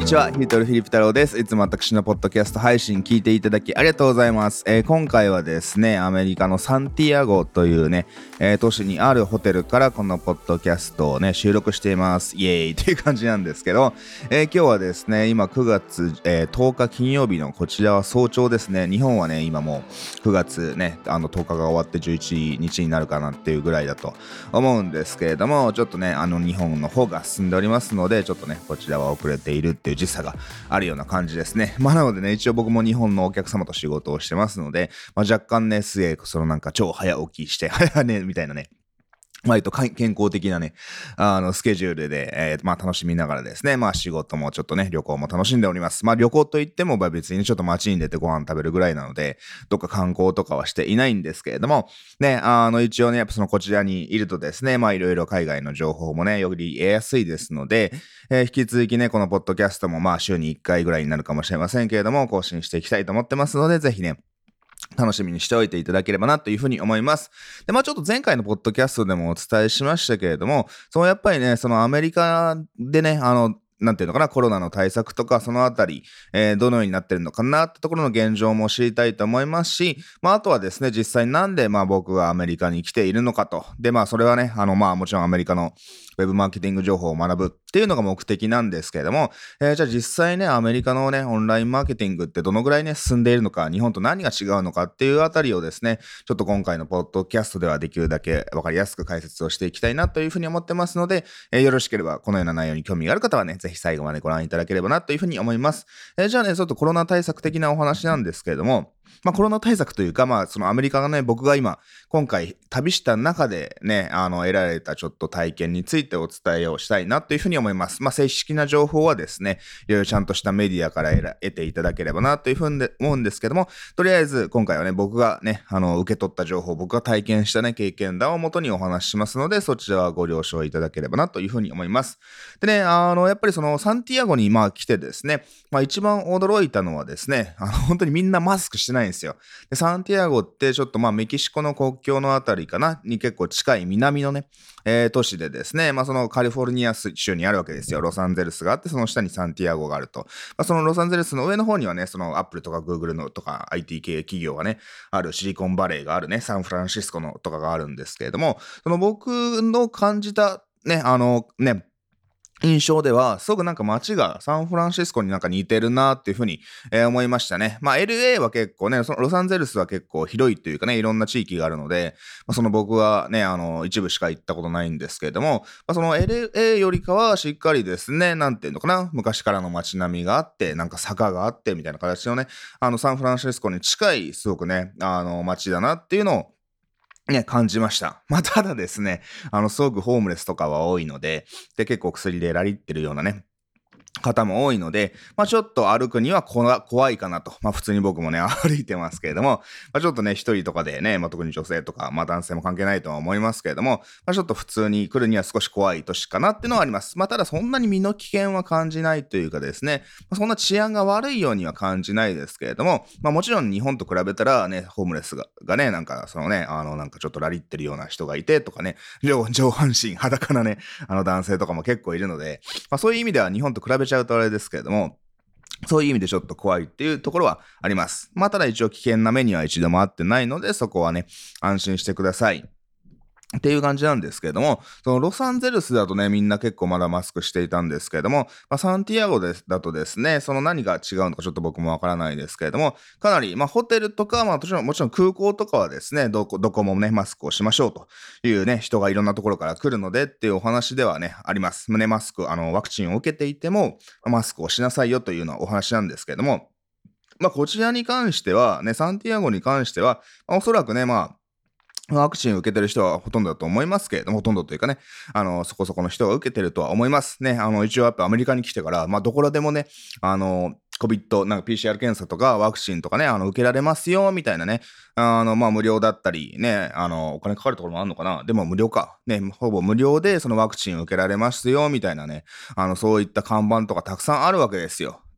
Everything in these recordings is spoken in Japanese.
ちは、ヒートルフィリップ太郎です。いつも私のポッドキャスト配信聞いていただきありがとうございます。今回はですね、アメリカのサンティアゴというね、都市にあるホテルからこのポッドキャストをね、収録しています。イエーイっていう感じなんですけど、今日はですね、今9月、10日金曜日のこちらは早朝ですね。日本はね、今もう9月ね、10日が終わって11日になるかなっていうぐらいだと思うんですけれども、ちょっとね、日本の方が進んでおりますので、ちょっとね、こちらは遅れているっていう時差があるような感じですね。なのでね、一応僕も日本のお客様と仕事をしてますので、若干ね、そのなんか超早起きして、早寝みたいなね、割と健康的なね、スケジュールで、楽しみながらですね、仕事もちょっとね、旅行も楽しんでおります。旅行といっても、別にちょっと街に出てご飯食べるぐらいなので、どっか観光とかはしていないんですけれども、ね、一応ね、やっぱそのこちらにいるとですね、いろいろ海外の情報もね、より得やすいですので、引き続きね、このポッドキャストも週に1回ぐらいになるかもしれませんけれども、更新していきたいと思ってますので、ぜひね、楽しみにしておいていただければなというふうに思います。で、ちょっと前回のポッドキャストでもお伝えしましたけれども、やっぱりね、そのアメリカでね、なんていうのかな、コロナの対策とか、そのあたり、どのようになってるのかなってところの現状も知りたいと思いますし、あとはですね、実際なんで、僕がアメリカに来ているのかと。で、それはね、もちろんアメリカのウェブマーケティング情報を学ぶっていうのが目的なんですけれども、じゃあ実際ね、アメリカのね、オンラインマーケティングってどのぐらいね、進んでいるのか、日本と何が違うのかっていうあたりをですね、ちょっと今回のポッドキャストではできるだけわかりやすく解説をしていきたいなというふうに思ってますので、よろしければこのような内容に興味がある方はね、ぜひ最後までご覧いただければなというふうに思います。じゃあね、ちょっとコロナ対策的なお話なんですけれども、コロナ対策というか、そのアメリカがね、僕が今回旅した中でね、得られたちょっと体験についてお伝えをしたいなというふうに思います。正式な情報はですね、いろいろちゃんとしたメディアから得ていただければなというふうに思うんですけども、とりあえず今回はね、僕がね、受け取った情報、僕が体験したね、経験談をもとにお話ししますので、そちらはご了承いただければなというふうに思います。でね、やっぱりそのサンティアゴに来てですね、一番驚いたのはですね、本当にみんなマスクしてないんですよ。で、サンティアゴってちょっとメキシコの国境のあたりかなに結構近い南のね、都市でですね、そのカリフォルニア州にあるわけですよ。ロサンゼルスがあって、その下にサンティアゴがあると。そのロサンゼルスの上の方にはね、そのアップルとかグーグルのとか IT 系企業がね、あるシリコンバレーがあるね、サンフランシスコのとかがあるんですけれども、その僕の感じたね、印象では、すごくなんか街がサンフランシスコになんか似てるなっていうふうに、思いましたね。LA は結構ね、そのロサンゼルスは結構広いというかね、いろんな地域があるので、その僕はね、一部しか行ったことないんですけれども、その LA よりかはしっかりですね、なんていうのかな、昔からの街並みがあって、なんか坂があってみたいな形のね、サンフランシスコに近い、すごくね、街だなっていうのを、ね、感じました。ただですね、すごくホームレスとかは多いので、で、結構薬でラリってるようなね、方も多いので、ちょっと歩くには怖いかなと。普通に僕もね、歩いてますけれども、ちょっとね、一人とかでね、特に女性とか、男性も関係ないとは思いますけれども、ちょっと普通に来るには少し怖い年かなっていうのはあります。ただそんなに身の危険は感じないというかですね、そんな治安が悪いようには感じないですけれども、もちろん日本と比べたらね、ホームレスがね、なんかそのね、なんかちょっとラリってるような人がいてとかね、上半身裸なね、男性とかも結構いるので、そういう意味では日本と比べちゃうとあれですけれども、そういう意味でちょっと怖いっていうところはあります。ただ一応危険な目には一度もあってないので、そこはね、安心してください。っていう感じなんですけれども、そのロサンゼルスだとね、みんな結構まだマスクしていたんですけれども、サンティアゴだとですね、その何が違うのかちょっと僕もわからないですけれども、かなり、ホテルとか、もちろん空港とかはですね、どこもね、マスクをしましょうというね、人がいろんなところから来るのでっていうお話ではね、あります。マスク、ワクチンを受けていても、マスクをしなさいよというようなお話なんですけれども、こちらに関しては、ね、サンティアゴに関しては、おそらくね、ワクチンを受けてる人はほとんどだと思いますけれども、ほとんどというかね、そこそこの人が受けてるとは思いますね。一応やっぱアメリカに来てから、どこらでもね、COVID、なんか PCR 検査とかワクチンとかね、受けられますよ、みたいなね、無料だったり、ね、お金かかるところもあるのかな、でも無料か。ね、ほぼ無料でそのワクチンを受けられますよ、みたいなね、そういった看板とかたくさんあるわけですよ。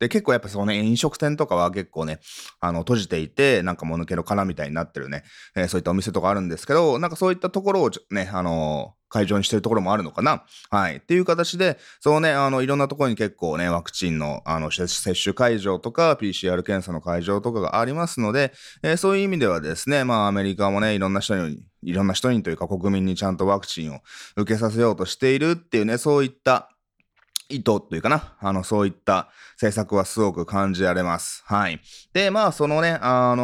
で、結構やっぱそのね、飲食店とかは結構ね、閉じていて、なんかもぬけの殻みたいになってるね、そういったお店とかあるんですけど、なんかそういったところをね、会場にしてるところもあるのかな。はい。っていう形で、そうね、いろんなところに結構ね、ワクチンの、接種会場とか、PCR 検査の会場とかがありますので、そういう意味ではですね、まあ、アメリカもね、いろんな人にというか国民にちゃんとワクチンを受けさせようとしているっていうね、そういった意図というかな、そういった政策はすごく感じられます。はい。で、まあ、そのね、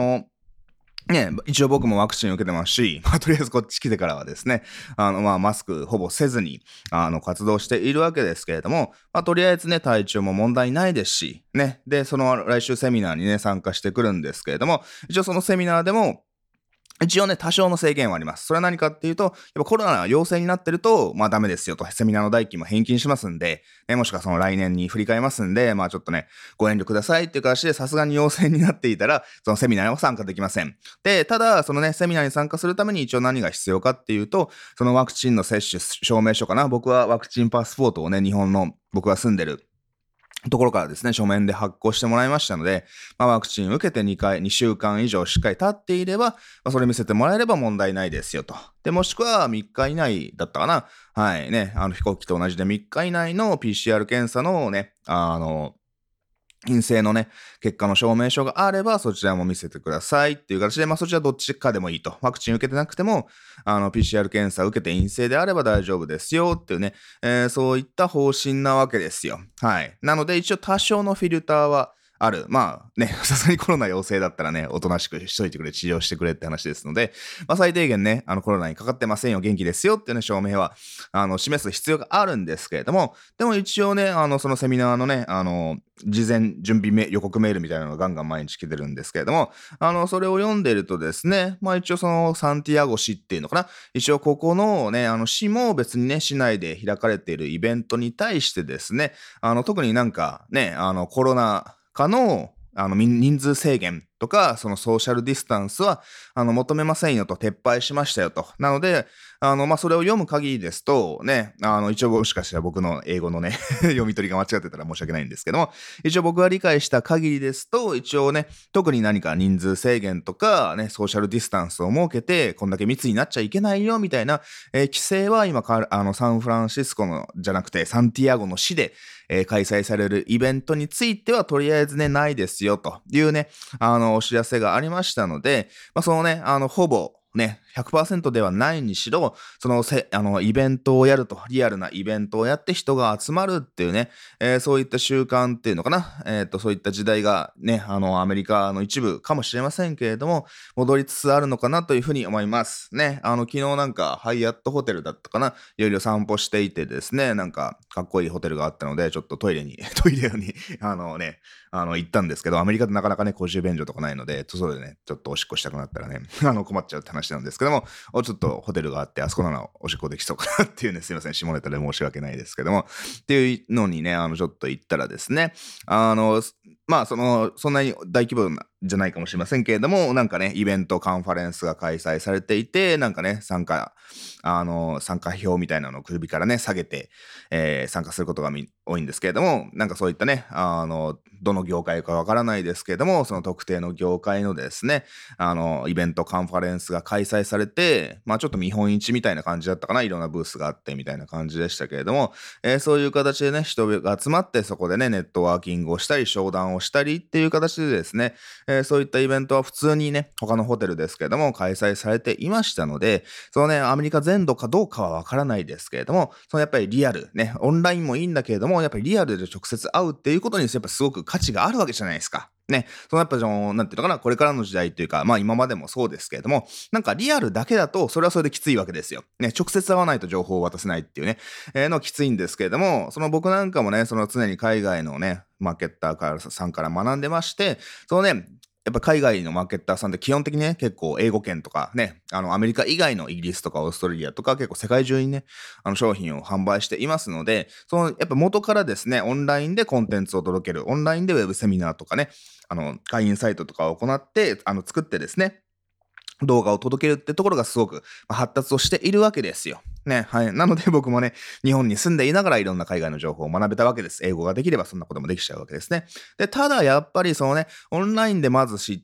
一応僕もワクチン受けてますし、まあ、とりあえずこっち来てからはですね、まあ、マスクほぼせずに、活動しているわけですけれども、まあ、とりあえずね、体調も問題ないですし、ね、で、その来週セミナーにね、参加してくるんですけれども、一応そのセミナーでも、一応ね、多少の制限はあります。それは何かっていうと、やっぱコロナが陽性になってると、まあダメですよと、セミナーの代金も返金しますんで、もしくはその来年に振り替えますんで、まあちょっとね、ご遠慮くださいっていう形で、さすがに陽性になっていたら、そのセミナーは参加できません。で、ただ、そのね、セミナーに参加するために一応何が必要かっていうと、そのワクチンの接種証明書かな。僕はワクチンパスポートをね、日本の僕が住んでるところからですね、書面で発行してもらいましたので、まあ、ワクチン受けて2週間以上しっかり経っていれば、まあ、それ見せてもらえれば問題ないですよと。で、もしくは3日以内だったかな。はいね、飛行機と同じで3日以内の PCR 検査のね、陰性のね、結果の証明書があれば、そちらも見せてくださいっていう形で、まあそちらどっちかでもいいと。ワクチン受けてなくても、PCR 検査受けて陰性であれば大丈夫ですよっていうね、そういった方針なわけですよ。はい。なので一応多少のフィルターはある。まあね、さすがにコロナ陽性だったらね、おとなしくしといてくれ、治療してくれって話ですので、まあ最低限ね、コロナにかかってませんよ、元気ですよっていうね、証明は、示す必要があるんですけれども、でも一応ね、そのセミナーのね、事前準備予告メールみたいなのがガンガン毎日来てるんですけれども、それを読んでるとですね、まあ一応そのサンティアゴ市っていうのかな、一応ここのね、市も別にね、市内で開かれているイベントに対してですね、特になんかね、コロナ禍の人数制限とか、そのソーシャルディスタンスは、求めませんよと、撤廃しましたよと。なので、まあ、それを読む限りですと、ね、一応もしかしたら僕の英語のね、読み取りが間違ってたら申し訳ないんですけども、一応僕が理解した限りですと、一応ね、特に何か人数制限とか、ね、ソーシャルディスタンスを設けて、こんだけ密になっちゃいけないよ、みたいな、規制は今サンフランシスコの、じゃなくて、サンティアゴの市で、開催されるイベントについては、とりあえずね、ないですよ、というね、お知らせがありましたので、まあ、そのね、ほぼ、ね、100% ではないにしろ、そのイベントをやると、リアルなイベントをやって人が集まるっていうね、そういった習慣っていうのかな、そういった時代がね、アメリカの一部かもしれませんけれども、戻りつつあるのかなというふうに思います。ね、昨日なんか、ハイアットホテルだったかな、いろいろ散歩していてですね、なんか、かっこいいホテルがあったので、ちょっとトイレに、行ったんですけど、アメリカってなかなかね、公衆便所とかないので、そうでね、ちょっとおしっこしたくなったらね、困っちゃうって話なんですけども、ちょっとホテルがあって、あそこならおしっこできそうかなっていうね、すいません、下ネタで申し訳ないですけども、っていうのにね、ちょっと行ったらですね、まあ、そんなに大規模じゃないかもしれませんけれども、なんかね、イベント、カンファレンスが開催されていて、なんかね、参加表みたいなのを首からね、下げて、参加することが多いんですけれども、なんかそういったね、どの業界かわからないですけれども、その特定の業界のですね、イベント、カンファレンスが開催されて、まあちょっと見本市みたいな感じだったかな、いろんなブースがあってみたいな感じでしたけれども、そういう形でね、人が集まってそこでね、ネットワーキングをしたり、商談をしたりっていう形でですね、そういったイベントは普通にね、他のホテルですけれども、開催されていましたので、そのね、アメリカ全土かどうかはわからないですけれども、そのやっぱりリアル、ね、オンラインもいいんだけれども、やっぱりリアルで直接会うっていうことにやっぱすごく価値があるわけじゃないですか。ね、やっぱなんていうのかな、これからの時代というか、まあ今までもそうですけれども、なんかリアルだけだと、それはそれできついわけですよ。ね、直接会わないと情報を渡せないっていうね、のきついんですけれども、僕なんかもね、常に海外のね、マーケッターさんから学んでまして、やっぱ海外のマーケッターさんって基本的にね、結構英語圏とかね、アメリカ以外のイギリスとかオーストラリアとか結構世界中にね、商品を販売していますので、やっぱ元からですね、オンラインでコンテンツを届ける、オンラインでウェブセミナーとかね、会員サイトとかを行って、作ってですね、動画を届けるってところがすごく発達をしているわけですよ。 ね、はい。なので僕もね、日本に住んでいながらいろんな海外の情報を学べたわけです。英語ができればそんなこともできちゃうわけですね。で、ただやっぱりそのね、オンラインでまず知って、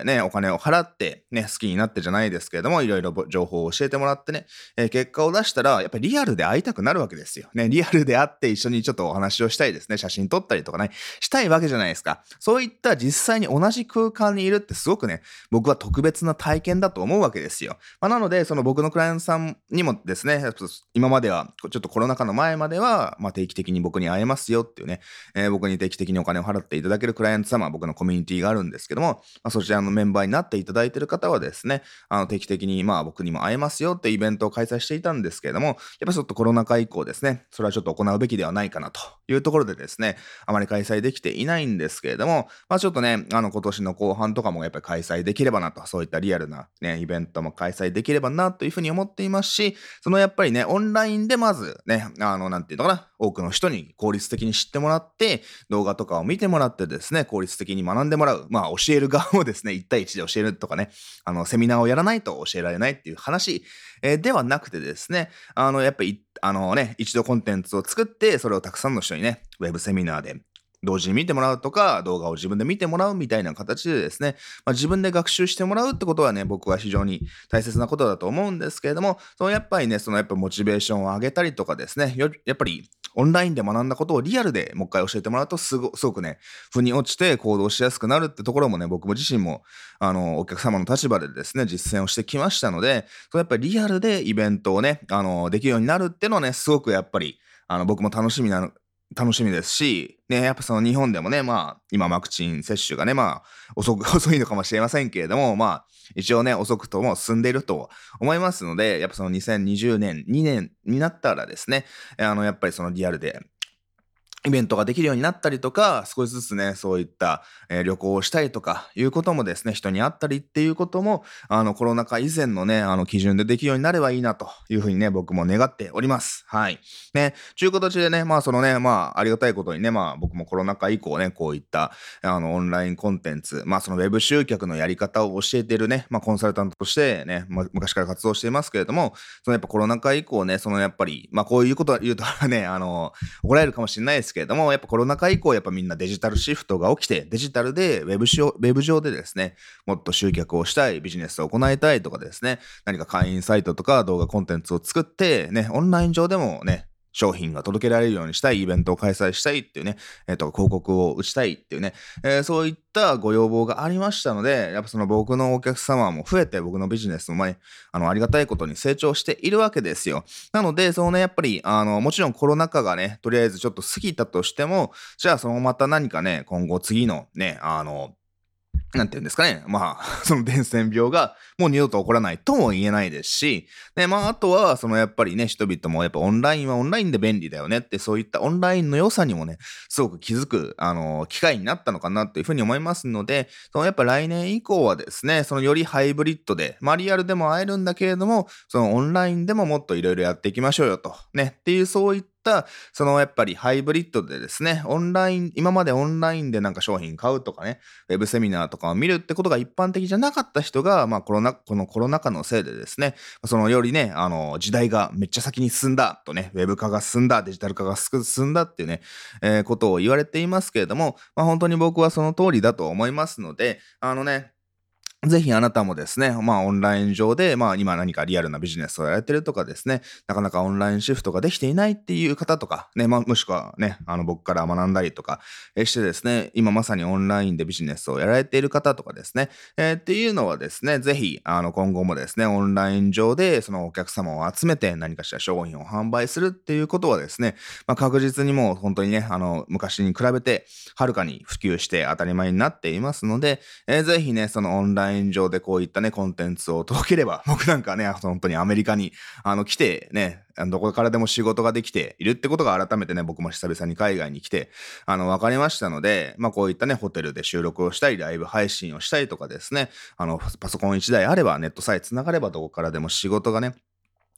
ね、お金を払って、ね、好きになってじゃないですけれども、いろいろ情報を教えてもらってね、結果を出したら、やっぱりリアルで会いたくなるわけですよ。ね、リアルで会って一緒にちょっとお話をしたいですね。写真撮ったりとかね、したいわけじゃないですか。そういった実際に同じ空間にいるってすごくね、僕は特別な体験だと思うわけですよ。なので、その僕のクライアントさんにもですね、今までは、ちょっとコロナ禍の前までは、定期的に僕に会えますよっていうね、僕に定期的にお金を払っていただけるクライアント様、僕のコミュニティがあるんですけども、そちらのメンバーになっていただいている方はですね、定期的に僕にも会えますよってイベントを開催していたんですけれども、やっぱちょっとコロナ禍以降ですね、それはちょっと行うべきではないかなというところでですね、あまり開催できていないんですけれども、ちょっとね、今年の後半とかもやっぱり開催できればなと、そういったリアルなね、イベントも開催できればなというふうに思っていますし、そのやっぱりね、オンラインでまずね、なんていうのかな、多くの人に効率的に知ってもらって、動画とかを見てもらってですね、効率的に学んでもらう。教える側もですね、1対1で教えるとかね、セミナーをやらないと教えられないっていう話、ではなくてですね、やっぱり、一度コンテンツを作って、それをたくさんの人にね、ウェブセミナーで同時に見てもらうとか、動画を自分で見てもらうみたいな形でですね、自分で学習してもらうってことはね、僕は非常に大切なことだと思うんですけれども、やっぱりね、やっぱモチベーションを上げたりとかですね、やっぱりオンラインで学んだことをリアルでもう一回教えてもらうとすごくね、腑に落ちて行動しやすくなるってところもね、僕も自身も、お客様の立場でですね、実践をしてきましたので、やっぱりリアルでイベントをね、できるようになるっていうのはね、すごくやっぱり、僕も楽しみですし、ね、やっぱその日本でもね、今ワクチン接種がね、遅いのかもしれませんけれども、一応ね、遅くとも進んでいると思いますので、やっぱその2020年、2年になったらですね、やっぱりそのリアルでイベントができるようになったりとか、少しずつね、そういった、旅行をしたりとかいうこともですね、人に会ったりっていうことも、コロナ禍以前のね、基準でできるようになればいいなというふうにね、僕も願っております。はい。ね、ちゅう形でね、そのね、ありがたいことにね、僕もコロナ禍以降ね、こういった、オンラインコンテンツ、そのウェブ集客のやり方を教えているね、コンサルタントとしてね、昔から活動していますけれども、そのやっぱコロナ禍以降ね、そのやっぱり、こういうことを言うとね、怒られるかもしれないですけれども、やっぱコロナ禍以降、やっぱみんなデジタルシフトが起きて、デジタルでウェブ上でですね、もっと集客をしたい、ビジネスを行いたいとかですね、何か会員サイトとか動画コンテンツを作って、ね、オンライン上でもね、商品が届けられるようにしたい、イベントを開催したいっていうね、広告を打ちたいっていうね、そういったご要望がありましたので、やっぱその僕のお客様も増えて、僕のビジネスもね、ありがたいことに成長しているわけですよ。なので、やっぱり、もちろんコロナ禍がね、とりあえずちょっと過ぎたとしても、じゃあそのまた何かね、今後次のね、なんて言うんですかね。その伝染病がもう二度と起こらないとも言えないですし、で、あとは、やっぱりね、人々もやっぱオンラインはオンラインで便利だよねって、そういったオンラインの良さにもね、すごく気づく、機会になったのかなというふうに思いますので、やっぱ来年以降はですね、よりハイブリッドで、リアルでも会えるんだけれども、オンラインでももっといろいろやっていきましょうよと、ね、っていうそういったやっぱりハイブリッドでですね、今までオンラインでなんか商品買うとかね、ウェブセミナーとかを見るってことが一般的じゃなかった人が、このコロナ禍のせいでですね、よりね、時代がめっちゃ先に進んだとね、ウェブ化が進んだ、デジタル化が進んだっていうね、ことを言われていますけれども、本当に僕はその通りだと思いますので、ぜひあなたもですね、オンライン上で、今何かリアルなビジネスをやられてるとかですね、なかなかオンラインシフトができていないっていう方とか、ね、もしくはね、僕から学んだりとかしてですね、今まさにオンラインでビジネスをやられている方とかですね、っていうのはですね、ぜひ、今後もですね、オンライン上でそのお客様を集めて何かしら商品を販売するっていうことはですね、確実にもう本当にね、昔に比べてはるかに普及して当たり前になっていますので、ぜひね、そのオンライン上でこういったね、コンテンツを届ければ、僕なんかね、本当にアメリカに、来てね、どこからでも仕事ができているってことが改めてね、僕も久々に海外に来て、分かりましたので、こういったね、ホテルで収録をしたり、ライブ配信をしたりとかですね、パソコン1台あれば、ネットさえ繋がればどこからでも仕事がね、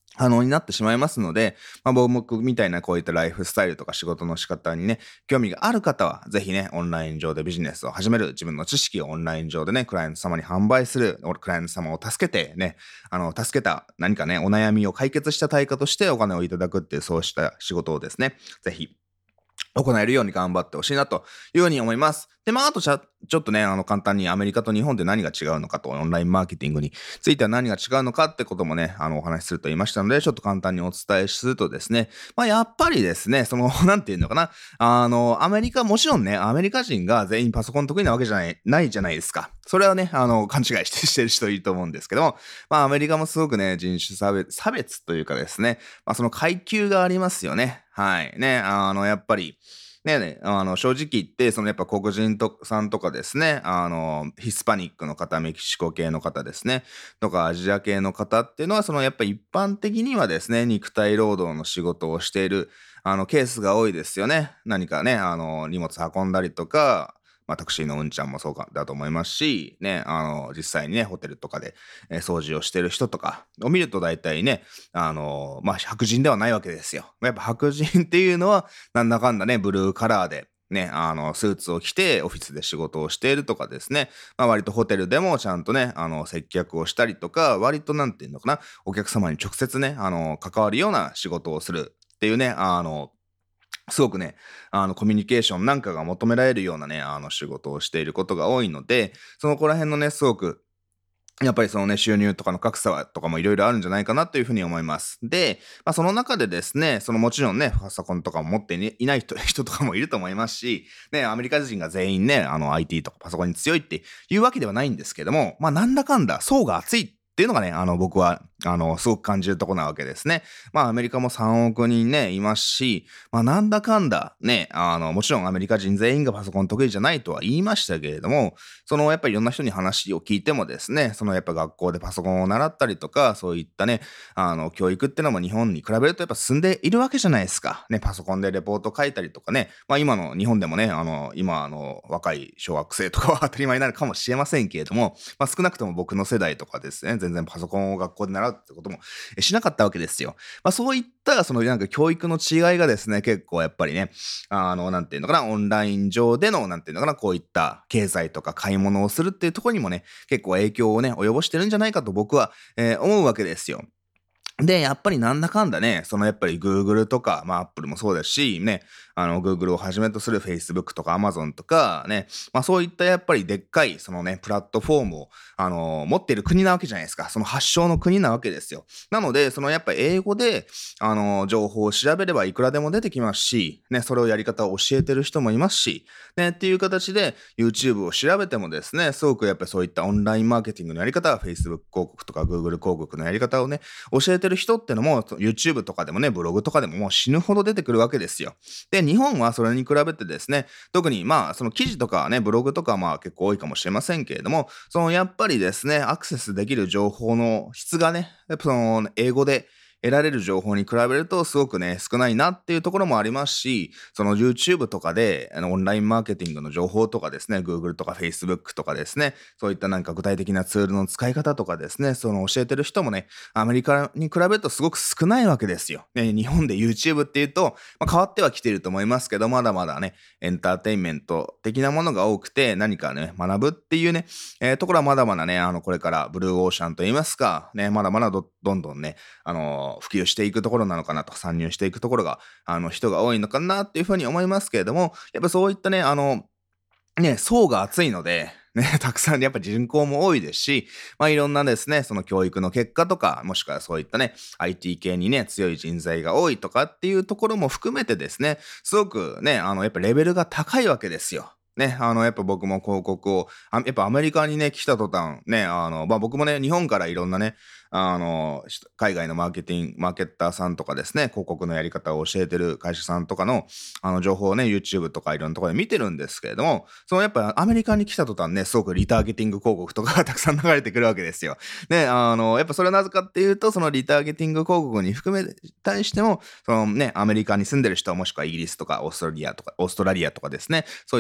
可能になってしまいますので、僕みたいなこういったライフスタイルとか仕事の仕方にね、興味がある方は、ぜひね、オンライン上でビジネスを始める、自分の知識をオンライン上でね、クライアント様に販売する、クライアント様を助けてね、助けた何かね、お悩みを解決した対価としてお金をいただくっていう、そうした仕事をですね、ぜひ、行えるように頑張ってほしいなというふうに思います。で、あとちょっとね、簡単にアメリカと日本で何が違うのかと、オンラインマーケティングについては何が違うのかってこともね、お話しすると言いましたので、ちょっと簡単にお伝えするとですね、やっぱりですね、なんていうのかな、アメリカ、もちろんね、アメリカ人が全員パソコン得意なわけじゃないじゃないですか。それはね、勘違いしてる人いると思うんですけども、アメリカもすごくね、人種差別というかですね、その階級がありますよね。はい。ね、やっぱり、正直言って、やっぱ黒人さんとかですね、ヒスパニックの方、メキシコ系の方ですね、とかアジア系の方っていうのは、やっぱ一般的にはですね、肉体労働の仕事をしている、ケースが多いですよね。何かね、荷物運んだりとか、タクシーのうんちゃんもそうかだと思いますし、ね、実際にね、ホテルとかで、掃除をしてる人とかを見ると大体ね、白人ではないわけですよ。やっぱ白人っていうのは、なんだかんだね、ブルーカラーで、ね、スーツを着てオフィスで仕事をしているとかですね、割とホテルでもちゃんとね、接客をしたりとか、割となんていうのかな、お客様に直接ね、関わるような仕事をするっていうね、すごくね、コミュニケーションなんかが求められるようなね、仕事をしていることが多いので、そのこら辺のね、すごく、やっぱりそのね、収入とかの格差とかもいろいろあるんじゃないかなというふうに思います。で、その中でですね、もちろんね、パソコンとかも持っていない人とかもいると思いますし、ね、アメリカ人が全員ね、IT とかパソコンに強いっていうわけではないんですけども、なんだかんだ層が厚いっていうのがね、僕は、すごく感じるところなわけですね。アメリカも3億人ね、いますし、なんだかんだね、もちろんアメリカ人全員がパソコン得意じゃないとは言いましたけれども、やっぱりいろんな人に話を聞いてもですね、やっぱ学校でパソコンを習ったりとか、そういったね、教育ってのも日本に比べるとやっぱ進んでいるわけじゃないですか。ね、パソコンでレポート書いたりとかね、今の日本でもね、今若い小学生とかは当たり前になるかもしれませんけれども、少なくとも僕の世代とかですね、全然パソコンを学校で習うってこともしなかったわけですよ。そういったなんか教育の違いがですね、結構やっぱりね、なんていうのかな、オンライン上での、なんていうのかな、こういった経済とか買い物をするっていうところにもね、結構影響をね、及ぼしてるんじゃないかと僕は、思うわけですよ。で、やっぱりなんだかんだね、やっぱり Google とか、Apple もそうですし、ね、Google をはじめとする Facebook とか Amazon とか、ね、そういったやっぱりでっかい、プラットフォームを、持っている国なわけじゃないですか。その発祥の国なわけですよ。なので、やっぱり英語で、情報を調べればいくらでも出てきますし、ね、それをやり方を教えてる人もいますし、ね、っていう形で YouTube を調べてもですね、すごくやっぱりそういったオンラインマーケティングのやり方、Facebook 広告とか Google 広告のやり方をね、教えてる人ってのも YouTube とかでもね、ブログとかでももう死ぬほど出てくるわけですよ。で、日本はそれに比べてですね、特にその記事とかね、ブログとかは結構多いかもしれませんけれども、やっぱりですね、アクセスできる情報の質がね、やっぱ英語で得られる情報に比べるとすごくね、少ないなっていうところもありますし、YouTube とかでオンラインマーケティングの情報とかですね、Google とか Facebook とかですね、そういったなんか具体的なツールの使い方とかですね、教えてる人もね、アメリカに比べるとすごく少ないわけですよ。ね、日本で YouTube っていうと、変わってはきていると思いますけど、まだまだね、エンターテインメント的なものが多くて、何かね、学ぶっていうね、ところはまだまだね、これからブルーオーシャンと言いますか、ね、まだまだどんどんね、普及していくところなのかなと、参入していくところが、人が多いのかなっていうふうに思いますけれども、やっぱそういったね、層が厚いので、ね、たくさんやっぱ人口も多いですし、いろんなですね、その教育の結果とか、もしくはそういったね、IT 系にね、強い人材が多いとかっていうところも含めてですね、すごくね、やっぱレベルが高いわけですよ。ね、やっぱ僕も広告を、やっぱアメリカにね、来た途端、ね、僕もね、日本からいろんなね、海外のマーケターさんとかですね、広告のやり方を教えてる会社さんとかの、情報をね、YouTube とかいろんなところで見てるんですけれども、やっぱアメリカに来た途端ね、すごくリターゲティング広告とかがたくさん流れてくるわけですよ。ね、やっぱそれはなぜかっていうと、そのリターゲティング広告に対しても、アメリカに住んでる人、もしくはイギリスとかオーストラリアとかですね、そういった英語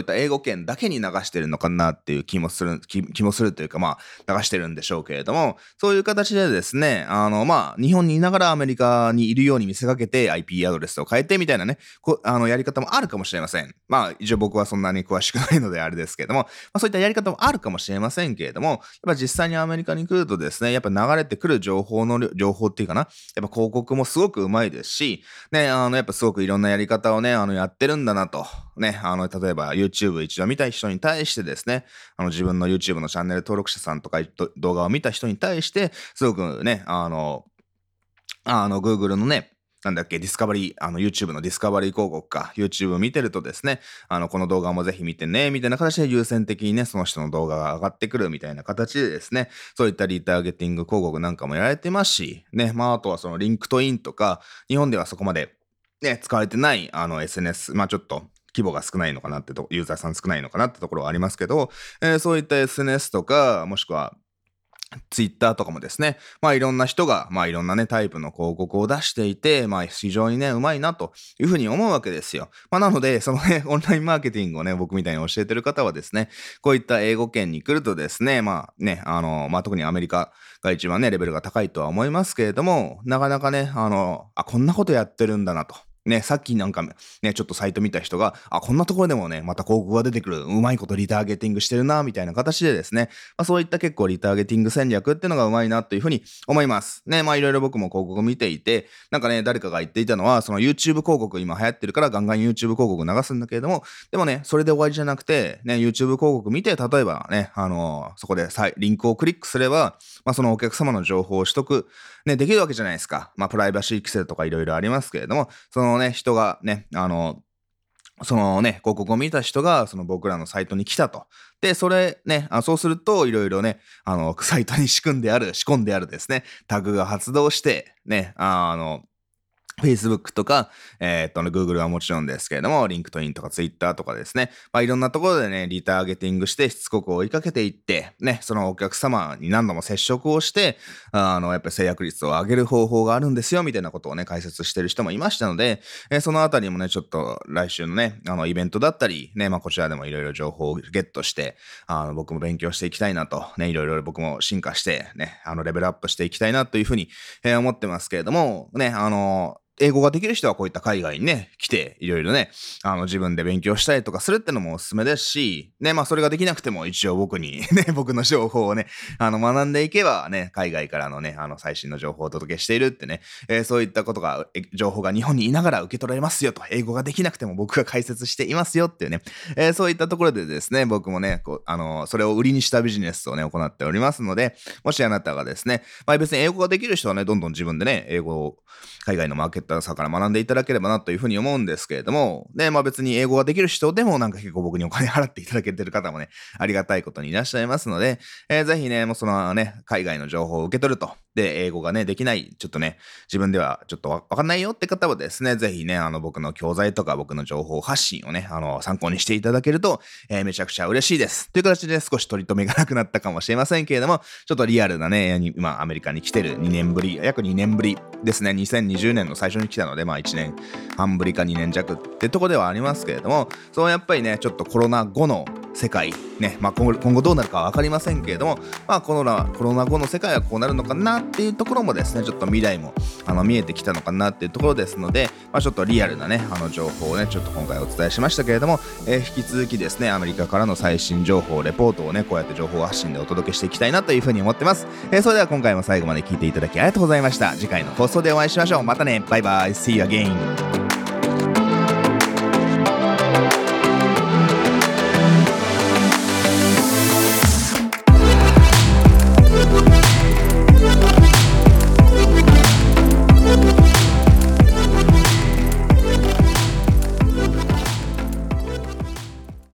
圏だけに流してるのかなっていう気もするというか、まあ流してるんでしょうけれども、そういう形でですね、まあ日本にいながらアメリカにいるように見せかけて IP アドレスを変えてみたいなね、やり方もあるかもしれません。まあ一応僕はそんなに詳しくないのであれですけれども、まあそういったやり方もあるかもしれませんけれども、やっぱ実際にアメリカに来るとですね、やっぱ流れてくる情報っていうかな、やっぱ広告もすごくうまいですし、ね、やっぱすごくいろんなやり方をね、やってるんだなと。ね、例えば YouTube 一度見た人に対してですね、自分の YouTube のチャンネル登録者さんとか動画を見た人に対して、すごくね、Google のね、なんだっけ、YouTube のディスカバリー広告か、YouTube を見てるとですね、この動画もぜひ見てね、みたいな形で優先的にね、その人の動画が上がってくるみたいな形でですね、そういったリターゲティング広告なんかもやられてますし、ね、まああとはそのリンクトインとか、日本ではそこまでね、使われてない、SNS、まあちょっと、規模が少ないのかなってユーザーさん少ないのかなってところはありますけど、そういった SNS とか、もしくは、ツイッターとかもですね、まあいろんな人が、まあいろんなね、タイプの広告を出していて、まあ非常にね、うまいなというふうに思うわけですよ。まあなので、そのね、オンラインマーケティングをね、僕みたいに教えてる方はですね、こういった英語圏に来るとですね、まあね、まあ特にアメリカが一番ね、レベルが高いとは思いますけれども、なかなかね、こんなことやってるんだなと。ね、さっきなんかね、ちょっとサイト見た人が、こんなところでもね、また広告が出てくる、うまいことリターゲティングしてるな、みたいな形でですね、まあそういった結構リターゲティング戦略っていうのがうまいなというふうに思います。ね、まあいろいろ僕も広告見ていて、なんかね、誰かが言っていたのは、その YouTube 広告今流行ってるからガンガン YouTube 広告流すんだけれども、でもね、それで終わりじゃなくて、ね、YouTube 広告見て、例えばね、そこでリンクをクリックすれば、まあそのお客様の情報を取得、ね、できるわけじゃないですか。まあプライバシー規制とかいろいろありますけれども、そのね、人がね、そのね、広告を見た人が、その僕らのサイトに来たと。で、それね、そうすると、いろいろね、サイトに仕込んであるですね、タグが発動して、ね、Facebook とか、Google はもちろんですけれども、LinkedIn とか Twitter とかですね。まあ、いろんなところでね、リターゲティングしてしつこく追いかけていって、ね、そのお客様に何度も接触をして、やっぱり制約率を上げる方法があるんですよ、みたいなことをね、解説してる人もいましたので、そのあたりもね、ちょっと来週のね、イベントだったり、ね、まあ、こちらでもいろいろ情報をゲットして、僕も勉強していきたいなと、ね、いろいろ僕も進化して、ね、レベルアップしていきたいなというふうに、思ってますけれども、ね、英語ができる人はこういった海外にね、来て、いろいろね、自分で勉強したりとかするってのもおすすめですし、ね、まあそれができなくても一応僕にね、僕の情報をね、学んでいけばね、海外からのね、最新の情報をお届けしているってね、そういったことが、情報が日本にいながら受け取られますよと、英語ができなくても僕が解説していますよっていうね、そういったところでですね、僕もね、それを売りにしたビジネスをね、行っておりますので、もしあなたがですね、まあ別に英語ができる人はね、どんどん自分でね、英語を海外のマーケッターさんから学んでいただければなというふうに思うんですけれども、で、まあ別に英語ができる人でもなんか結構僕にお金払っていただけてる方もね、ありがたいことにいらっしゃいますので、ぜひね、もうそのね、海外の情報を受け取ると。で、英語がね、できない、ちょっとね、自分ではちょっとわかんないよって方はですね、ぜひね、僕の教材とか僕の情報発信をね、参考にしていただけると、めちゃくちゃ嬉しいです。という形で少し取り留めがなくなったかもしれませんけれども、ちょっとリアルなね、今アメリカに来てる約2年ぶりですね、2020年の最初に来たので、まあ1年半ぶりか2年弱ってとこではありますけれども、そうやっぱりね、ちょっとコロナ後の世界ね、まあ今後どうなるかは分かりませんけれども、まあコロナ後の世界はこうなるのかなっていうところもですね、ちょっと未来も見えてきたのかなっていうところですので、まあちょっとリアルなね情報をねちょっと今回お伝えしましたけれども、引き続きですねアメリカからの最新情報レポートをねこうやって情報発信でお届けしていきたいなというふうに思ってます。それでは今回も最後まで聞いていただきありがとうございました。次回の放送でお会いしましょう。またね、バイバイ、See you again。